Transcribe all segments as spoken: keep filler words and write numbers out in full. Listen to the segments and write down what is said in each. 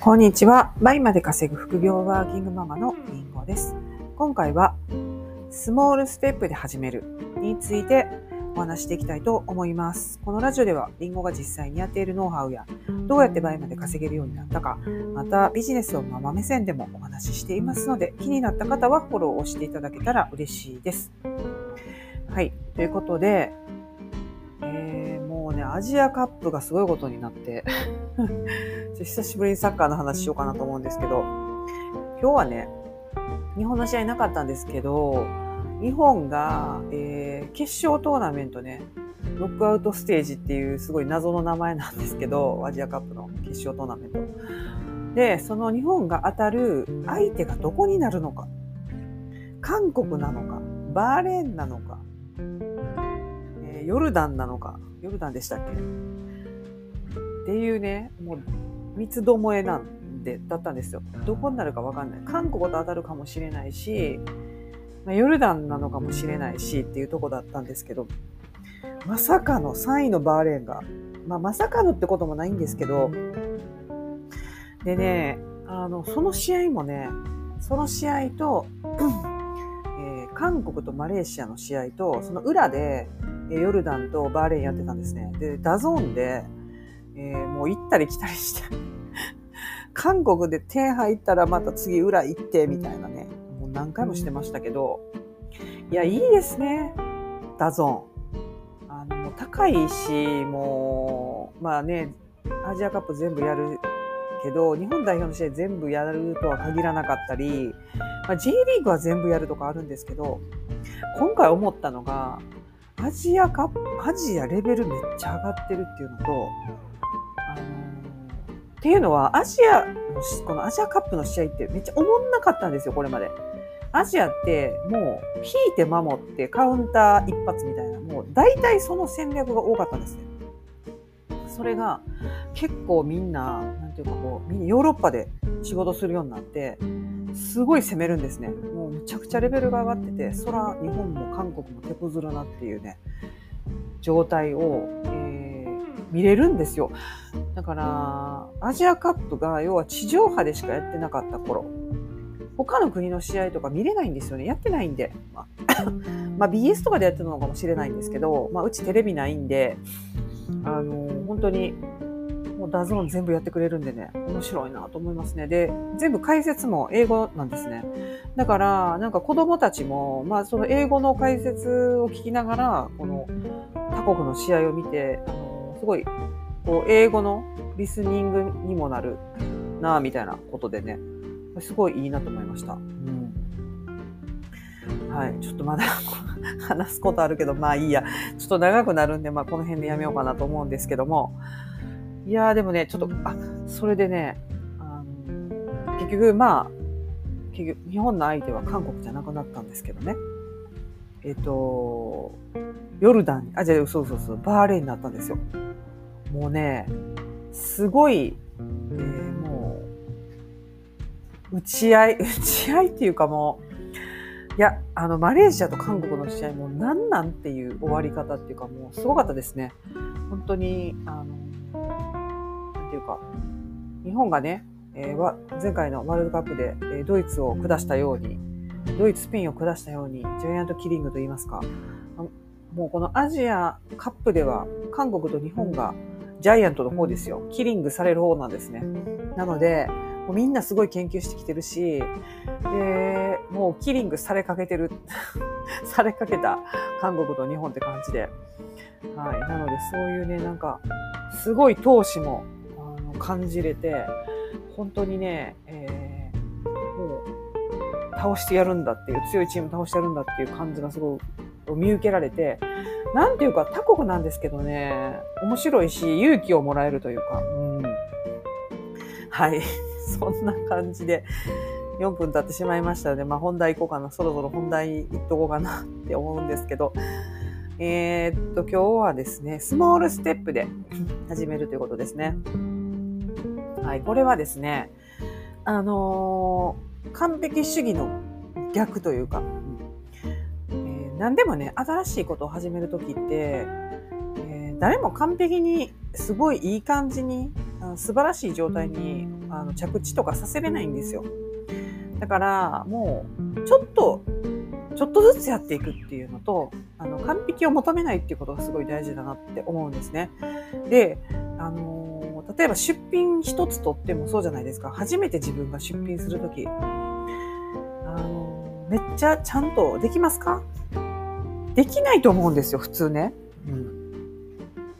こんにちは。倍まで稼ぐ副業ワーキングママのりんごです。今回はスモールステップで始めるについてお話していきたいと思います。このラジオではりんごが実際にやっているノウハウやどうやって倍まで稼げるようになったか、またビジネスをママ目線でもお話ししていますので、気になった方はフォローをしていただけたら嬉しいです。はい。ということで、えー、もうね、アジアカップがすごいことになって久しぶりにサッカーの話しようかなと思うんですけど、今日はね、日本の試合なかったんですけど、日本が、えー、決勝トーナメントね、ノックアウトステージっていうすごい謎の名前なんですけど、アジアカップの決勝トーナメントで、その日本が当たる相手がどこになるのか、韓国なのか、バーレーンなのか、えー、ヨルダンなのか、ヨルダンでしたっけっていうね、もう三つどもえなんでだったんですよ。どこになるか分かんない。韓国と当たるかもしれないし、まあ、ヨルダンなのかもしれないしっていうとこだったんですけど、まさかのさんいのバーレーンが、まあ、まさかのってこともないんですけど、でね、あのその試合もね、その試合と、えー、韓国とマレーシアの試合とその裏でヨルダンとバーレーンやってたんですね。で、ダゾーンで、えー、もう行ったり来たりして韓国で点入ったらまた次裏行ってみたいなね、もう何回もしてましたけど、いや、いいですね、ダゾーン。あのもう高いし、もうまあね、アジアカップ全部やるけど、日本代表の試合全部やるとは限らなかったり、まあ、J リーグは全部やるとかあるんですけど、今回思ったのが、アジアカップ、アジアレベルめっちゃ上がってるっていうのと、あのー、っていうのはアジアのこのアジアカップの試合ってめっちゃおもんなかったんですよ、これまで。アジアってもう引いて守ってカウンター一発みたいな、もう大体その戦略が多かったんですね。それが結構みんな、なんていうかこう、みんなヨーロッパで仕事するようになって、すごい攻めるんですね。もうめちゃくちゃレベルが上がってて、そら日本も韓国も手こずるなっていうね、状態を、えー、見れるんですよ。だからアジアカップが要は地上波でしかやってなかった頃、他の国の試合とか見れないんですよね。やってないんで、まあ、まあ ビーエス とかでやってるのかもしれないんですけど、まあ、うちテレビないんで、あの本当にもうダゾーン全部やってくれるんでね、面白いなと思いますね。で、全部解説も英語なんですね。だからなんか子供たちも、まあ、その英語の解説を聞きながらこの他国の試合を見て、あのすごいこう英語のリスニングにもなるなみたいなことでね、すごいいいなと思いました。うん、はい、ちょっとまだ話すことあるけど、まあいいや、ちょっと長くなるんで、まあこの辺でやめようかなと思うんですけども、いやーでもね、ちょっとあそれでね、あの結局まあ結局日本の相手は韓国じゃなくなったんですけどね、えっとヨルダン、あじゃあそうそうそうバーレーンになったんですよ。もうね、すごい、えー、もう打ち合い打ち合いっていうか、もういや、あのマレーシアと韓国の試合もなんなんっていう終わり方っていうか、もうすごかったですね。本当にあのなんていうか、日本がね、えー、前回のワールドカップで、えー、ドイツを下したように、ドイツスペインを下したように、ジャイアントキリングと言いますか、もうこのアジアカップでは韓国と日本がジャイアントの方ですよ。キリングされる方なんですね。なので、もうみんなすごい研究してきてるし、でもうキリングされかけてる、されかけた韓国と日本って感じで。はい。なのでそういうね、なんか、すごい闘志もあの感じれて、本当にね、えー、もう倒してやるんだっていう、強いチーム倒してやるんだっていう感じがすごい見受けられて、なんていうか他国なんですけどね、面白いし勇気をもらえるというか、うん、はい、そんな感じでよんぷん経ってしまいましたので、まあ本題行こうかな、そろそろ本題行っとこうかなって思うんですけど、えー、っと今日はですね、スモールステップで始めるということですね。はい、これはですね、あのー、完璧主義の逆というか、何でもね、新しいことを始めるときって、えー、誰も完璧にすごいいい感じに素晴らしい状態にあの着地とかさせれないんですよ。だからもうちょっとちょっとずつやっていくっていうのと、あの完璧を求めないっていうことがすごい大事だなって思うんですね。で、あの例えば出品一つとってもそうじゃないですか。初めて自分が出品するとき、あのめっちゃちゃんとできますか？できないと思うんですよ、普通ね。うん、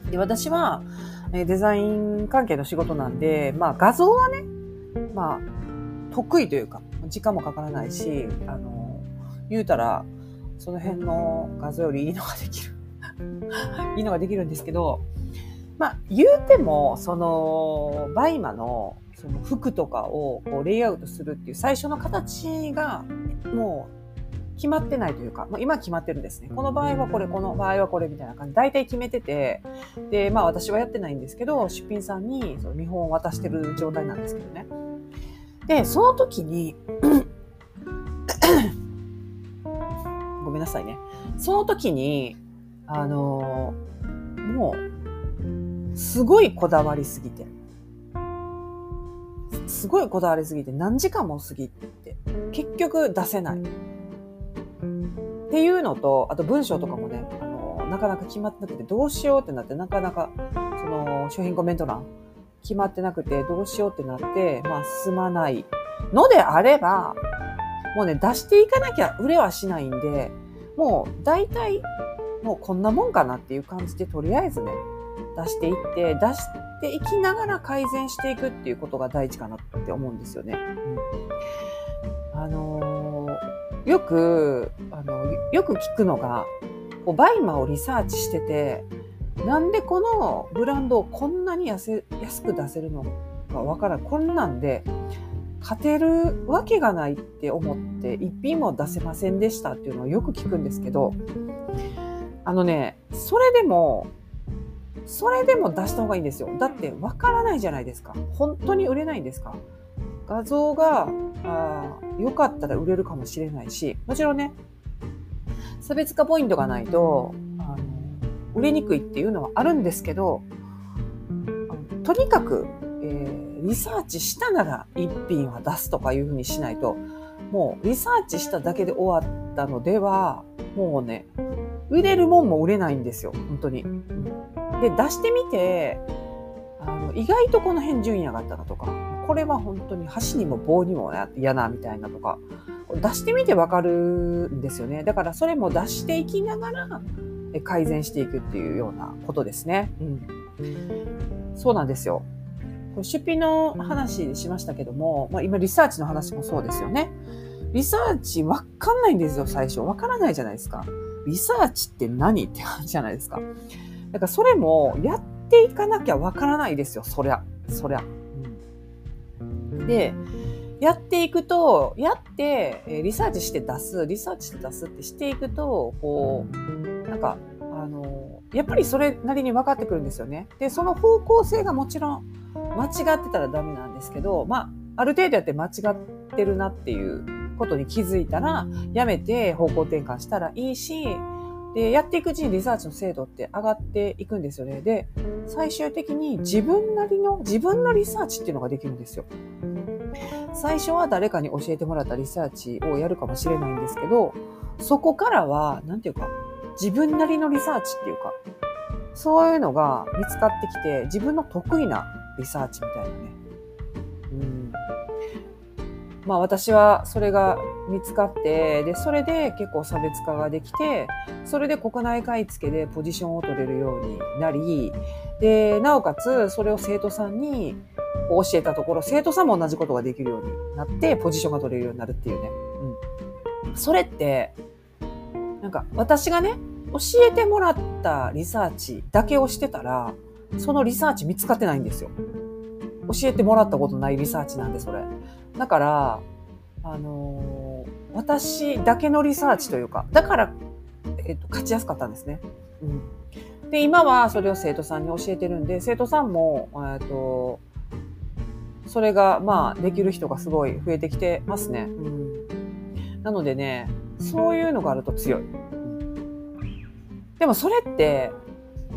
で私はデザイン関係の仕事なんで、まあ画像はね、まあ得意というか時間もかからないし、あの言うたらその辺の画像よりいいのができるいいのができるんですけど、まあ言うてもそのバイマのその服とかをこうレイアウトするっていう最初の形がもう決まってないというか、まあ、今決まってるんですね。この場合はこれ、この場合はこれみたいな感じで大体決めてて、でまあ私はやってないんですけど、出品さんにその見本を渡してる状態なんですけどね。でその時にごめんなさいね。その時に、あのー、もう、すごいこだわりすぎて、すごいこだわりすぎて、何時間も過ぎて、結局出せない。っていうのと、あと文章とかもね、あのー、なかなか決まってなくて、どうしようってなって、なかなか、その、商品コメント欄、決まってなくて、どうしようってなって、まあ、進まないのであれば、もうね、出していかなきゃ売れはしないんで、もう大体もうこんなもんかなっていう感じでとりあえずね、出していって、出していきながら改善していくっていうことが大事かなって思うんですよね。うん、あのー、よく、あの、よく聞くのが、こうバイマをリサーチしてて、なんでこのブランドをこんなに安、安く出せるのかわからん。こんなんで、勝てるわけがないって思って一品も出せませんでしたっていうのをよく聞くんですけど、あのね、それでもそれでも出した方がいいんですよ。だってわからないじゃないですか。本当に売れないんですか？画像が良かったら売れるかもしれないし、もちろんね、差別化ポイントがないとあの売れにくいっていうのはあるんですけど、とにかく、えーリサーチしたなら一品は出すとかいう風にしないと、もうリサーチしただけで終わったのでは、もうね、売れるもんも売れないんですよ、本当に。で、出してみて、あの意外とこの辺順位上がったなとか、これは本当に箸にも棒にも嫌なみたいなとか、出してみてわかるんですよね。だからそれも出していきながら改善していくっていうようなことですね。うん、そうなんですよ。出品の話でしましたけども、まあ、今リサーチの話もそうですよね。リサーチわかんないんですよ、最初。わからないじゃないですか。リサーチって何って感じじゃないですか。だからそれもやっていかなきゃわからないですよ、そりゃ。そりゃ。うん、で、やっていくと、やって、リサーチして出す、リサーチして出すってしていくと、こう、なんか、あの、やっぱりそれなりに分かってくるんですよね。で、その方向性がもちろん、間違ってたらダメなんですけど、まあ、ある程度やって間違ってるなっていうことに気づいたら、やめて方向転換したらいいし、で、やっていくうちにリサーチの精度って上がっていくんですよね。で、最終的に自分なりの、自分のリサーチっていうのができるんですよ。最初は誰かに教えてもらったリサーチをやるかもしれないんですけど、そこからは、なんていうか、自分なりのリサーチっていうか、そういうのが見つかってきて、自分の得意なリサーチみたいなね。うん、まあ私はそれが見つかって、で、それで結構差別化ができて、それで国内買い付けでポジションを取れるようになり、で、なおかつそれを生徒さんに教えたところ、生徒さんも同じことができるようになって、ポジションが取れるようになるっていうね。うん、それって、なんか私がね、教えてもらったリサーチだけをしてたら、そのリサーチ見つかってないんですよ。教えてもらったことないリサーチなんで、それ。だから、あのー、私だけのリサーチというか、だから、えっと、勝ちやすかったんですね。うん。で、今はそれを生徒さんに教えてるんで、生徒さんも、えっと、それが、まあ、できる人がすごい増えてきてますね。うん。なのでね、そういうのがあると強い。うん、でもそれって、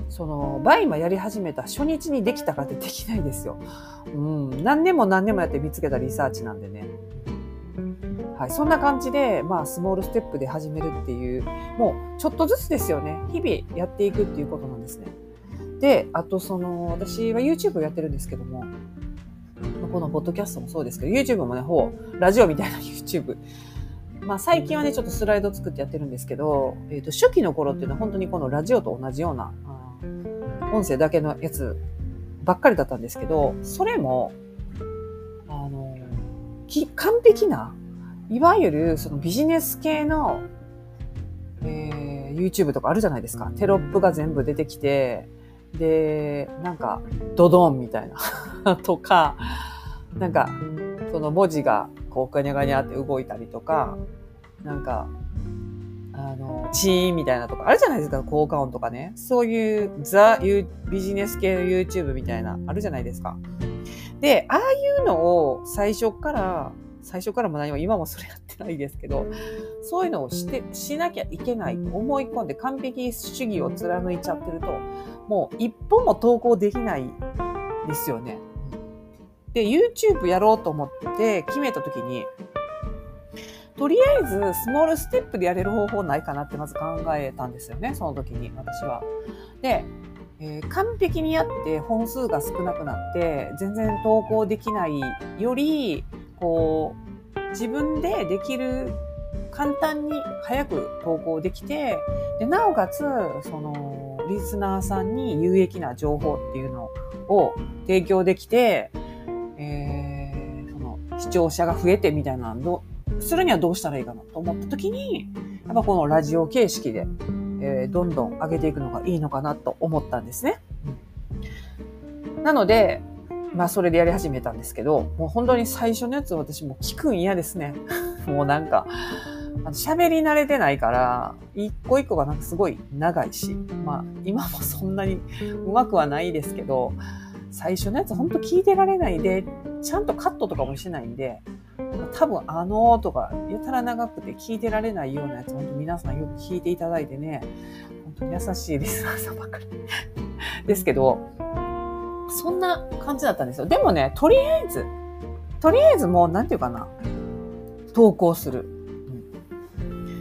その、バイマやり始めた初日にできたかってできないですよ。うん。何年も何年もやって見つけたリサーチなんでね。はい。そんな感じで、まあ、スモールステップで始めるっていう、もう、ちょっとずつですよね。日々やっていくっていうことなんですね。で、あとその、私は YouTube をやってるんですけども、このポッドキャストもそうですけど、YouTube もね、ほぼラジオみたいな YouTube。まあ最近はね、ちょっとスライド作ってやってるんですけど、えっと、初期の頃っていうのは本当にこのラジオと同じような、音声だけのやつばっかりだったんですけど、それも、あの、き完璧な、いわゆるそのビジネス系の、えー、YouTube とかあるじゃないですか。テロップが全部出てきて、で、なんか、ドドンみたいなとか、なんか、その文字がこうガニャガニャって動いたりとか、なんか、あの、チーンみたいなとかあるじゃないですか、効果音とかね。そういうザ・ビジネス系の YouTube みたいな、あるじゃないですか。で、ああいうのを最初から、最初からも何も今もそれやってないですけど、そういうのをして、しなきゃいけないと思い込んで完璧主義を貫いちゃってると、もう一本も投稿できないですよね。で、YouTube やろうと思って決めたときに、とりあえずスモールステップでやれる方法ないかなってまず考えたんですよね、その時に私は。で、えー、完璧にやって本数が少なくなって全然投稿できないより、こう、自分でできる、簡単に早く投稿できて、で、なおかつ、その、リスナーさんに有益な情報っていうのを提供できて、えー、その視聴者が増えてみたいなのをするにはどうしたらいいかなと思った時に、やっぱこのラジオ形式で、えー、どんどん上げていくのがいいのかなと思ったんですね。うん、なので、まあそれでやり始めたんですけど、もう本当に最初のやつ私もう聞くん嫌ですね。もうなんか、喋り慣れてないから、一個一個がなんかすごい長いし、まあ今もそんなに上手くはないですけど、最初のやつ本当聞いてられないで、ちゃんとカットとかもしないんで、多分あのーとかやたら長くて聞いてられないようなやつ、本当皆さんよく聞いていただいてね、本当に優しいリスナーさんばっかりですけど、そんな感じだったんですよ。でもね、とりあえず、とりあえずもうなんていうかな、投稿する。うん、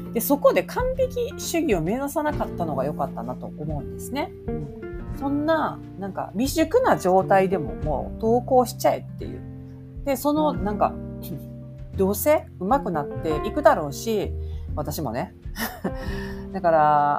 で、そこで完璧主義を目指さなかったのが良かったなと思うんですね。うん、そんな、なんか未熟な状態でももう投稿しちゃえっていう。で、その、なんか、どうせ上手くなっていくだろうし、私もね。だから、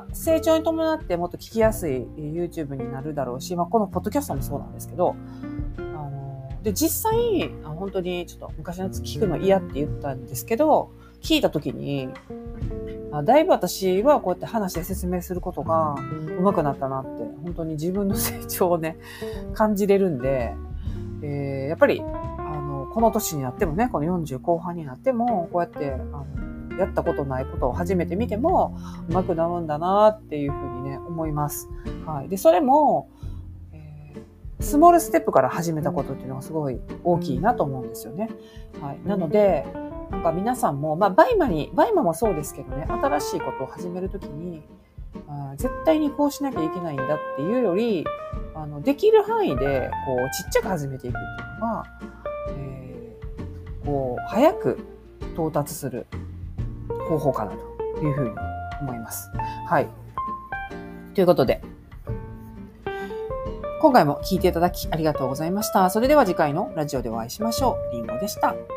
成長に伴ってもっと聞きやすい YouTube になるだろうし、まあ、このポッドキャストもそうなんですけど、あの、で、実際、本当にちょっと昔のやつ聞くの嫌って言ったんですけど、聞いたときに、だいぶ私はこうやって話で説明することが上手くなったなって、本当に自分の成長をね、感じれるんで、えー、やっぱり、あの、この年になってもね、このよんじゅう後半になっても、こうやって、あの、やったことないことを初めて見ても、上手くなるんだなっていうふうにね、思います。はい。で、それも、えー、スモールステップから始めたことっていうのがすごい大きいなと思うんですよね。はい。なので、なんか皆さんも、まあ、バイマに、バイマもそうですけどね、新しいことを始めるときに、あ絶対にこうしなきゃいけないんだっていうより、あの、できる範囲で、こう、ちっちゃく始めていくっていうのが、えー、こう、早く到達する方法かなというふうに思います。はい。ということで、今回も聞いていただきありがとうございました。それでは次回のラジオでお会いしましょう。りんごでした。